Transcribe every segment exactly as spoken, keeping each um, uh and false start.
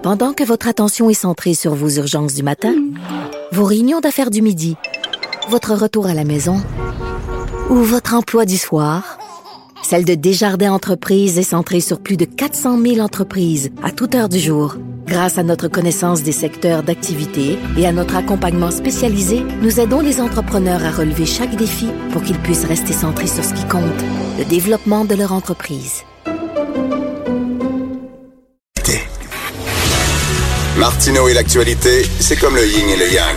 Pendant que votre attention est centrée sur vos urgences du matin, vos réunions d'affaires du midi, votre retour à la maison ou votre emploi du soir, celle de Desjardins Entreprises est centrée sur plus de quatre cent mille entreprises à toute heure du jour. Grâce à notre connaissance des secteurs d'activité et à notre accompagnement spécialisé, nous aidons les entrepreneurs à relever chaque défi pour qu'ils puissent rester centrés sur ce qui compte, le développement de leur entreprise. Martineau et l'actualité, c'est comme le yin et le yang.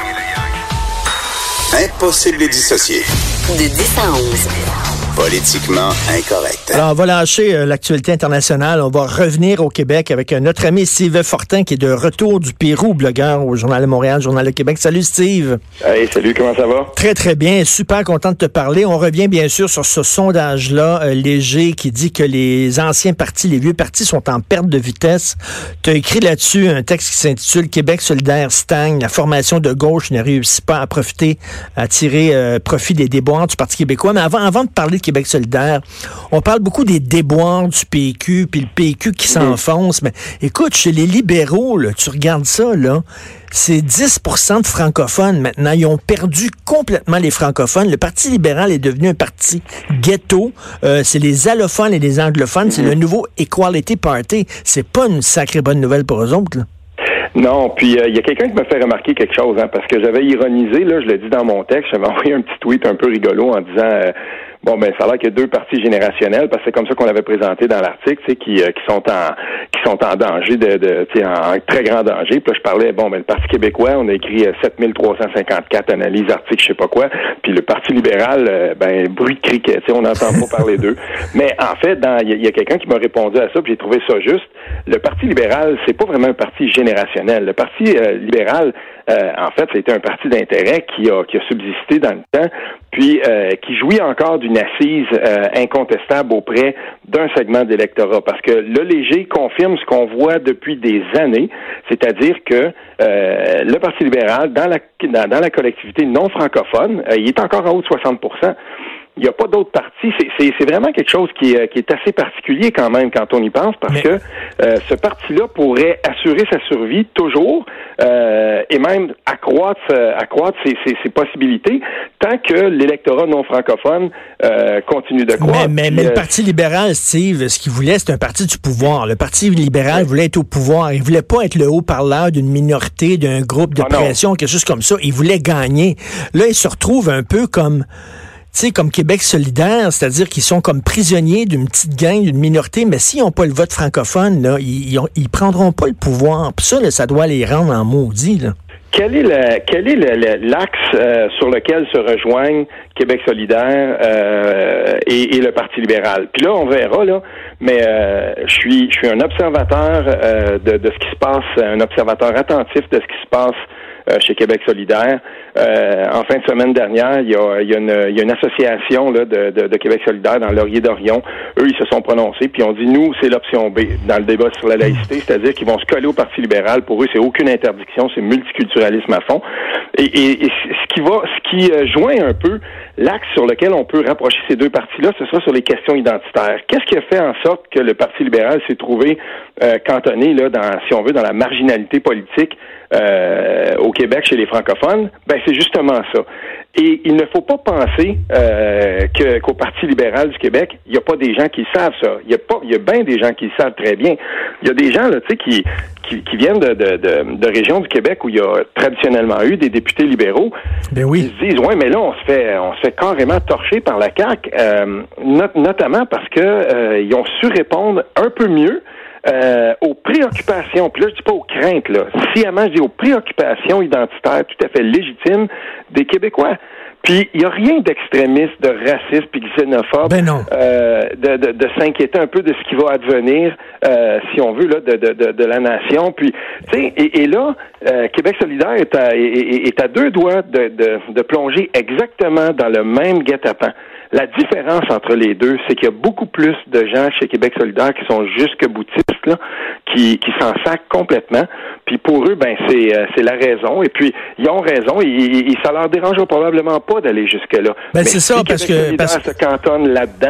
Impossible de les dissocier. De dix à onze. Politiquement incorrect. Alors, on va lâcher euh, l'actualité internationale. On va revenir au Québec avec euh, notre ami Steve Fortin, qui est de retour du Pérou, blogueur au Journal de Montréal, Journal de Québec. Salut, Steve. Hey, salut, comment ça va? Très, très bien. Super content de te parler. On revient, bien sûr, sur ce sondage-là, euh, léger, qui dit que les anciens partis, les vieux partis sont en perte de vitesse. Tu as écrit là-dessus un texte qui s'intitule « Québec solidaire stagne. La formation de gauche ne réussit pas à profiter, à tirer euh, profit des déboires du Parti québécois. » Mais avant, avant de parler de Québec solidaire, on parle beaucoup des déboires du P Q, puis le P Q qui s'enfonce. Mais écoute, chez les libéraux, là, tu regardes ça, là, c'est dix pour cent de francophones maintenant. Ils ont perdu complètement les francophones. Le Parti libéral est devenu un parti ghetto. Euh, c'est les allophones et les anglophones. C'est le nouveau Equality Party. C'est pas une sacrée bonne nouvelle pour eux autres, là. Non, puis il euh, y a quelqu'un qui m'a fait remarquer quelque chose, hein, parce que j'avais ironisé, là, je l'ai dit dans mon texte, j'avais envoyé un petit tweet un peu rigolo en disant euh, bon ben ça a l'air qu'il y a deux partis générationnels, parce que c'est comme ça qu'on l'avait présenté dans l'article, tu sais, qui euh, qui sont en qui sont en danger de, de tu sais, en, en très grand danger. Puis là je parlais bon ben le Parti québécois, on a écrit euh, sept mille trois cent cinquante-quatre analyses, articles, je sais pas quoi, puis le Parti libéral, euh, ben bruit de criquet, tu sais, on n'entend pas parler d'eux. Mais en fait, dans il y, y a quelqu'un qui m'a répondu à ça, puis j'ai trouvé ça juste. Le Parti libéral, c'est pas vraiment un parti générationnel. Le Parti euh, libéral, euh, en fait, c'était un parti d'intérêt qui a qui a subsisté dans le temps, puis euh, qui jouit encore d'une assise euh, incontestable auprès d'un segment d'électorat. Parce que le Léger confirme ce qu'on voit depuis des années, c'est-à-dire que euh, le Parti libéral, dans la dans, dans la collectivité non francophone, euh, il est encore en haut de soixante pour cent. Il n'y a pas d'autres partis. C'est, c'est, c'est vraiment quelque chose qui est, qui est assez particulier quand même quand on y pense, parce Mais... que euh, ce parti-là pourrait assurer sa survie toujours euh, et même accroître, euh, accroître ses, ses, ses possibilités tant que l'électorat non francophone euh, continue de croître. Mais, mais, mais euh... le Parti libéral, Steve, ce qu'il voulait, c'est un parti du pouvoir. Le Parti libéral oui. voulait être au pouvoir. Il voulait pas être le haut-parleur d'une minorité, d'un groupe de ah, pression, non. quelque chose comme ça. Il voulait gagner. Là, il se retrouve un peu comme... Tu sais, comme Québec solidaire, c'est-à-dire qu'ils sont comme prisonniers d'une petite gang, d'une minorité, mais s'ils n'ont pas le vote francophone, là, ils, ils, ont, ils prendront pas le pouvoir. Puis ça, là, ça doit les rendre en maudit, là. Quel est le quel est le, le, l'axe euh, sur lequel se rejoignent Québec solidaire euh, et, et le Parti libéral? Puis là, on verra, là, mais euh, je suis je suis un observateur euh, de, de ce qui se passe, un observateur attentif de ce qui se passe Euh, chez Québec solidaire. Euh, en fin de semaine dernière, il y a, il y a, une, il y a une association là, de, de, de Québec solidaire dans Laurier-Dorion. Eux, ils se sont prononcés, puis ont dit, nous, c'est l'option B dans le débat sur la laïcité, c'est-à-dire qu'ils vont se coller au Parti libéral. Pour eux, c'est aucune interdiction, c'est multiculturalisme à fond. Et, et, et ce qui va, ce qui euh, joint un peu l'axe sur lequel on peut rapprocher ces deux partis-là, ce sera sur les questions identitaires. Qu'est-ce qui a fait en sorte que le Parti libéral s'est trouvé euh, cantonné, là, dans, si on veut, dans la marginalité politique euh, au Québec chez les francophones? Ben, c'est justement ça. Et il ne faut pas penser euh, que, qu'au Parti libéral du Québec, il n'y a pas des gens qui savent ça. Il y a pas, il y a bien des gens qui le savent très bien. Il y a des gens, là, tu sais, qui, qui, qui viennent de, de, de, de régions du Québec où il y a traditionnellement eu des députés libéraux. Ben oui. Ils se disent, ouais, mais là, on se fait, on se fait carrément torcher par la C A Q, euh, not, notamment parce que euh, ils ont su répondre un peu mieux Euh, aux préoccupations, puis là je dis pas aux craintes, là, sciemment je dis aux préoccupations identitaires tout à fait légitimes des Québécois. Puis il y a rien d'extrémiste, de raciste puis xénophobe, ben non. Euh, de, de, de s'inquiéter un peu de ce qui va advenir, euh, si on veut, là, de, de, de, de la nation. Puis, tu sais, et, et là, euh, Québec solidaire est à, est, est à deux doigts de, de, de plonger exactement dans le même guet-apens. La différence entre les deux, c'est qu'il y a beaucoup plus de gens chez Québec solidaire qui sont jusque-boutistes, là, qui, qui s'en sacent complètement. Puis pour eux, ben c'est euh, c'est la raison. Et puis, ils ont raison. Et, et, et ça leur dérangera probablement pas d'aller jusque-là. Ben Mais c'est ça, si parce Québec que... solidaire parce... se cantonne là-dedans,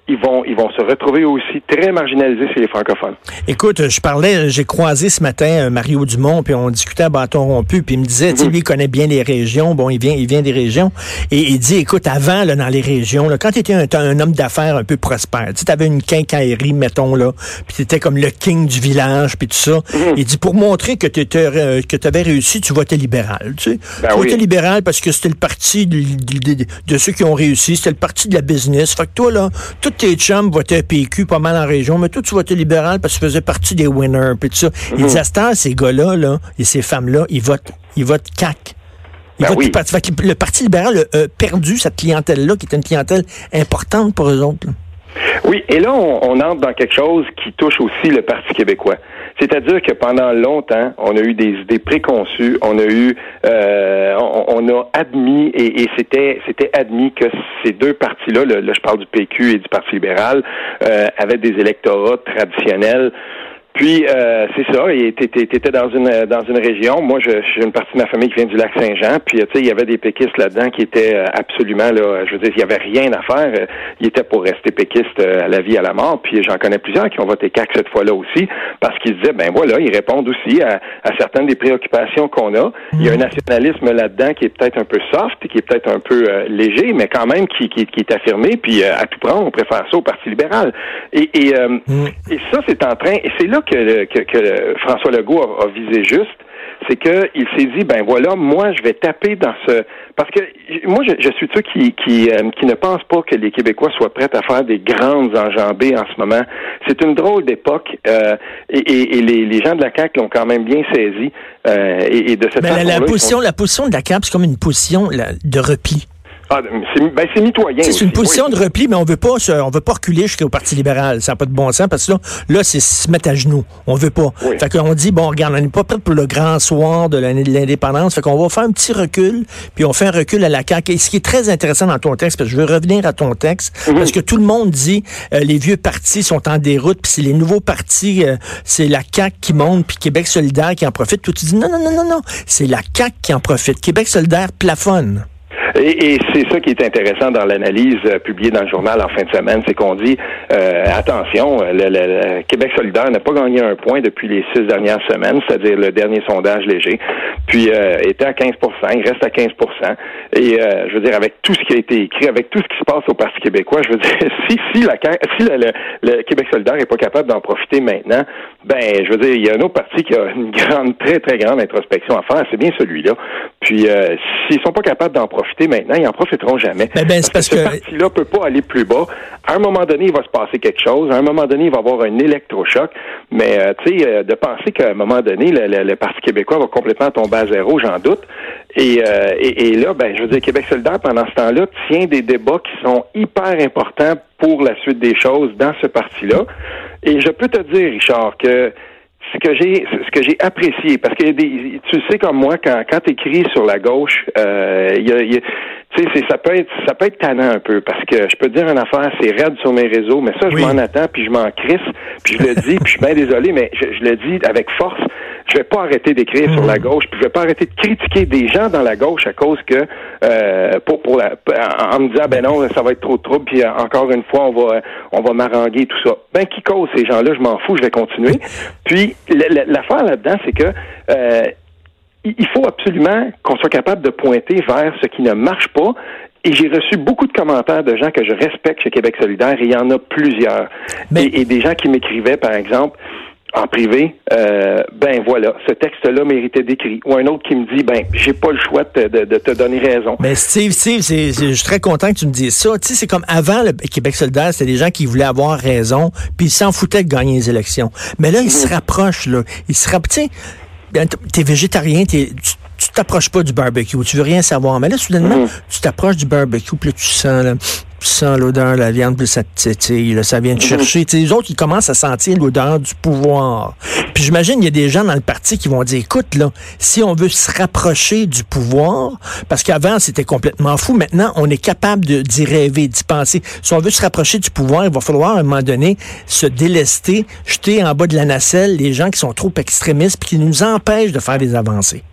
ils vont ils vont se retrouver aussi très marginalisés chez les francophones. Écoute, je parlais, j'ai croisé ce matin Mario Dumont, puis on discutait à bâton rompu, puis il me disait, mm-hmm. tu sais, lui, il connaît bien les régions, bon, il vient il vient des régions, et il dit, écoute, avant, là, dans les régions, là, quand tu étais un, un homme d'affaires un peu prospère, tu avais une quincaillerie, mettons, là, puis tu étais comme le king du village, puis tout ça, mm-hmm. il dit, pour montrer que tu euh, que tu avais réussi, tu votais libéral, tu sais. Ben tu oui. votais libéral parce que c'était le parti de, de, de, de ceux qui ont réussi, c'était le parti de la business. Fait que toi, là, tous tes chums votaient P Q pas mal en région, mais toi, tu votais libéral parce que tu faisais partie des winners, puis tout ça. Mm-hmm. Il dit, à cette heure, ces gars-là, là, et ces femmes-là, ils votent, ils votent C A Q. Ils ben votent oui. parti. Fait que le Parti libéral a euh, perdu cette clientèle-là, qui était une clientèle importante pour eux autres, là. Oui, et là, on, on entre dans quelque chose qui touche aussi le Parti québécois. C'est-à-dire que pendant longtemps, on a eu des idées préconçues, on a eu, euh, on, on a admis, et, et c'était c'était admis que ces deux partis-là, là, là je parle du P Q et du Parti libéral, euh, avaient des électorats traditionnels. Puis euh, c'est ça, et t'étais dans une dans une région. Moi, je j'ai une partie de ma famille qui vient du lac Saint-Jean. Puis tu sais, il y avait des péquistes là-dedans qui étaient absolument là. Je veux dire, il y avait rien à faire. Ils étaient pour rester péquistes à la vie, à la mort. Puis j'en connais plusieurs qui ont voté C A Q cette fois-là aussi, parce qu'ils disaient, ben voilà, ils répondent aussi à, à certaines des préoccupations qu'on a. Il y a un nationalisme là-dedans qui est peut-être un peu soft, qui est peut-être un peu euh, léger, mais quand même qui qui, qui est affirmé. Puis euh, à tout prendre, on préfère ça au Parti libéral. Et et, euh, mm. et ça, c'est en train. Et c'est là que, le, que, que François Legault a, a visé juste, c'est que il s'est dit, ben voilà, moi je vais taper dans ce... Parce que moi, je, je suis de ceux qui, qui, euh, qui ne pensent pas que les Québécois soient prêts à faire des grandes enjambées en ce moment. C'est une drôle d'époque, euh, et, et, et les, les gens de la C A Q l'ont quand même bien saisi. Euh, et, et de cette façon-là... La, la, position, font... la position de la C A Q, c'est comme une position là, de repli. Ah, c'est, ben, c'est mitoyen. C'est aussi. une position oui. de repli, mais on veut pas, on veut pas reculer jusqu'au Parti libéral. Ça n'a pas de bon sens, parce que là, là, c'est se mettre à genoux. On veut pas. Oui. Fait qu'on dit, bon, regarde, on n'est pas prêt pour le grand soir de l'année de l'indépendance. Fait qu'on va faire un petit recul, puis on fait un recul à la C A Q. Et ce qui est très intéressant dans ton texte, parce que je veux revenir à ton texte, mm-hmm. parce que tout le monde dit, euh, les vieux partis sont en déroute, puis c'est les nouveaux partis, euh, c'est la C A Q qui monte, puis Québec solidaire qui en profite. Toi, tu dis, non, non, non, non, non, c'est la C A Q qui en profite. Québec solidaire plafonne. Et, et c'est ça qui est intéressant dans l'analyse euh, publiée dans le journal en fin de semaine, c'est qu'on dit, euh, attention, le, le, le Québec solidaire n'a pas gagné un point depuis les six dernières semaines, c'est-à-dire le dernier sondage léger, puis euh, était à quinze pour cent, il reste à quinze pour cent. Et euh, je veux dire, avec tout ce qui a été écrit, avec tout ce qui se passe au Parti québécois, je veux dire, si si la si le, le, le Québec solidaire n'est pas capable d'en profiter maintenant, ben, je veux dire, il y a un autre parti qui a une grande, très, très grande introspection à faire, c'est bien celui-là. Puis, euh, s'ils sont pas capables d'en profiter maintenant, ils en profiteront jamais. Ben, ben, c'est parce, parce que, que ce parti-là peut pas aller plus bas. À un moment donné, il va se passer quelque chose. À un moment donné, il va y avoir un électrochoc. Mais, euh, tu sais, euh, de penser qu'à un moment donné, le, le, le Parti québécois va complètement tomber à zéro, j'en doute. Et, euh, et, et là, ben, je veux dire, Québec solidaire, pendant ce temps-là, tient des débats qui sont hyper importants pour la suite des choses dans ce parti-là. Et je peux te dire, Richard, que ce que j'ai ce que j'ai apprécié, parce que y a des, tu sais comme moi, quand quand t'écris sur la gauche, euh, y a, y a, tu sais, c'est, ça peut être ça peut être tannant un peu, parce que je peux te dire une affaire, c'est raide sur mes réseaux, mais ça, je oui. m'en attends, puis je m'en crisse, puis je le dis, puis je suis bien désolé, mais je, je le dis avec force. Je vais pas arrêter d'écrire mmh. sur la gauche, puis je vais pas arrêter de critiquer des gens dans la gauche à cause que euh, pour pour la en me disant ben non, ça va être trop de trouble, puis encore une fois on va on va m'haranguer tout ça. Ben qui cause ces gens-là, je m'en fous, je vais continuer. Puis l'affaire là-dedans, c'est que euh, il faut absolument qu'on soit capable de pointer vers ce qui ne marche pas. Et j'ai reçu beaucoup de commentaires de gens que je respecte chez Québec solidaire, et il y en a plusieurs. Mais... Et, et des gens qui m'écrivaient, par exemple, en privé, euh, ben voilà, ce texte-là méritait d'écrit. Ou un autre qui me dit, ben, j'ai pas le choix de, de, de te donner raison. Mais Steve, Steve, c'est, c'est, je suis très content que tu me dises ça. Tu sais, c'est comme avant le Québec solidaire, c'était des gens qui voulaient avoir raison, puis ils s'en foutaient de gagner les élections. Mais là, ils mmh. se rapprochent, là. Ils se rapprochent, tu sais, t'es végétarien, t'es... Tu, tu t'approches pas du barbecue, tu veux rien savoir. Mais là, soudainement, mmh. tu t'approches du barbecue, puis là, tu sens, là, tu sens l'odeur de la viande, puis ça te tétille, là, ça vient te chercher. Tu sais, les autres, ils commencent à sentir l'odeur du pouvoir. Puis j'imagine, il y a des gens dans le parti qui vont dire, écoute, là, si on veut se rapprocher du pouvoir, parce qu'avant, c'était complètement fou, maintenant, on est capable de, d'y rêver, d'y penser. Si on veut se rapprocher du pouvoir, il va falloir, à un moment donné, se délester, jeter en bas de la nacelle les gens qui sont trop extrémistes, puis qui nous empêchent de faire des avancées.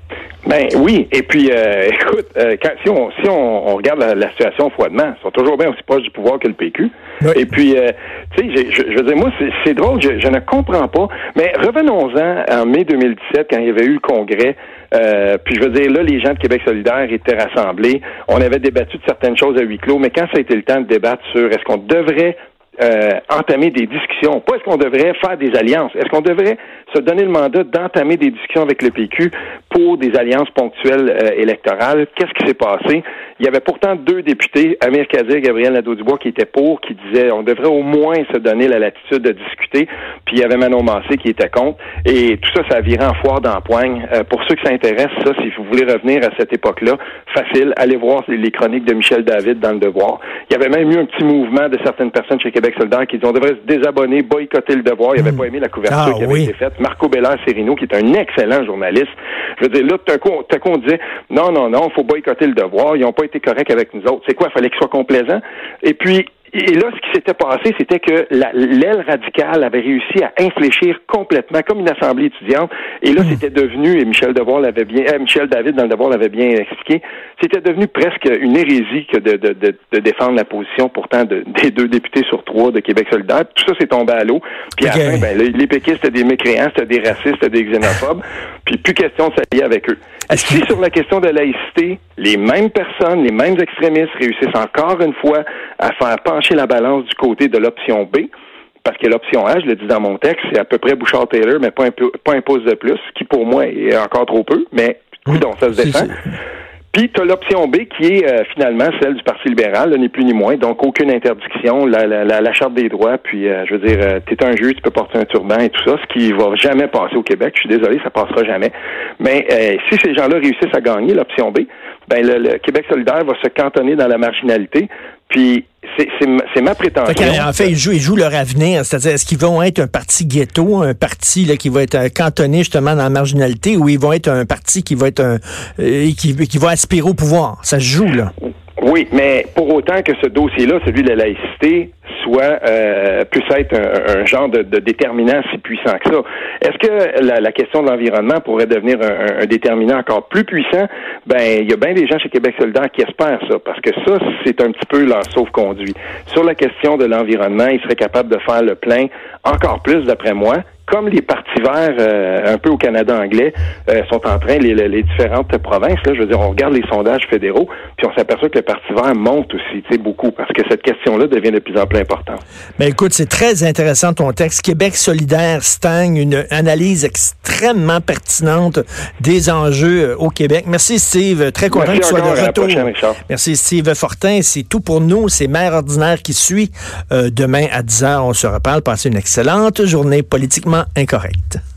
Ben oui, et puis euh, écoute, euh, quand, si on si on, on regarde la, la situation froidement, ils sont toujours bien aussi proches du pouvoir que le P Q. Oui. Et puis, euh, tu sais, je, je veux dire, moi, c'est, c'est drôle, je, je ne comprends pas, mais revenons-en en mai deux mille dix-sept, quand il y avait eu le congrès, euh, puis je veux dire, là, les gens de Québec solidaire étaient rassemblés, on avait débattu de certaines choses à huis clos, mais quand ça a été le temps de débattre sur est-ce qu'on devrait Euh, entamer des discussions. Pas est-ce qu'on devrait faire des alliances. Est-ce qu'on devrait se donner le mandat d'entamer des discussions avec le P Q pour des alliances ponctuelles euh, électorales? Qu'est-ce qui s'est passé? Il y avait pourtant deux députés, Amir Kadir et Gabriel Nadeau-Dubois, qui étaient pour, qui disaient on devrait au moins se donner la latitude de discuter. Puis il y avait Manon Massé qui était contre. Et tout ça, ça a viré en foire d'empoigne. Euh, pour ceux qui s'intéressent, ça, si vous voulez revenir à cette époque-là, facile, allez voir les chroniques de Michel David dans Le Devoir. Il y avait même eu un petit mouvement de certaines personnes chez Québec solidaire qui disaient on devrait se désabonner, boycotter Le Devoir. Il n'avait mmh. pas aimé la couverture ah, qui avait oui. été faite. Marco Bélair-Sérino, qui est un excellent journaliste. Je veux dire, là, tout à coup, tout à coup on disait non, non, non, il faut boycotter Le Devoir. Ils n'ont pas été corrects avec nous autres. C'est quoi? Il fallait qu'ils soient complaisants. Et puis, et là, ce qui s'était passé, c'était que la, l'aile radicale avait réussi à infléchir complètement, comme une assemblée étudiante. Et là, mmh. c'était devenu, et Michel Devoir l'avait bien, euh, Michel David dans Le Devoir l'avait bien expliqué, c'était devenu presque une hérésie que de, de, de, de défendre la position, pourtant, de, des deux députés sur trois de Québec solidaire. Tout ça s'est tombé à l'eau. Puis okay. à la fin, ben, les, les péquistes, c'était des mécréants, c'était des racistes, c'était des xénophobes. Puis plus question de s'allier avec eux. Est-ce si que... sur la question de laïcité, les mêmes personnes, les mêmes extrémistes réussissent encore une fois à faire pencher la balance du côté de l'option B, parce que l'option A, je le dis dans mon texte, c'est à peu près Bouchard-Taylor, mais pas un, peu, pas un pouce de plus, ce qui pour moi est encore trop peu, mais mmh. donc ça se défend. Puis tu as l'option B qui est euh, finalement celle du Parti libéral, là, ni plus ni moins, donc aucune interdiction, la, la, la, la charte des droits, puis euh, je veux dire, euh, t'es un juge, tu peux porter un turban et tout ça, ce qui va jamais passer au Québec, je suis désolé, ça passera jamais. Mais euh, si ces gens-là réussissent à gagner l'option B, ben le, le Québec solidaire va se cantonner dans la marginalité, puis c'est, c'est, c'est ma prétention. Fait en fait, ils jouent, ils jouent leur avenir, c'est-à-dire est-ce qu'ils vont être un parti ghetto, un parti là qui va être cantonné justement dans la marginalité, ou ils vont être un parti qui va être un euh, qui, qui va aspirer au pouvoir? Ça se joue là. Oui, mais pour autant que ce dossier-là, celui de la laïcité, soit euh, puisse être un, un genre de, de déterminant si puissant que ça. Est-ce que la, la question de l'environnement pourrait devenir un, un déterminant encore plus puissant? Ben, il y a bien des gens chez Québec solidaire qui espèrent ça, parce que ça, c'est un petit peu leur sauve-conduit. Sur la question de l'environnement, ils seraient capables de faire le plein encore plus, d'après moi, comme les partis verts, euh, un peu au Canada anglais, euh, sont en train, les, les différentes provinces, là, je veux dire, on regarde les sondages fédéraux, puis on s'aperçoit que le Parti vert monte aussi, tu sais, beaucoup, parce que cette question-là devient de plus en plus importante. Ben écoute, c'est très intéressant ton texte. Québec solidaire stagne, une analyse extrêmement pertinente des enjeux au Québec. Merci Steve, très content Merci que tu sois de retour. Prochaine, Merci Steve Fortin, c'est tout pour nous, c'est Mère ordinaire qui suit. Euh, demain à dix heures, on se reparle. Passez une excellente journée politiquement incorrecte.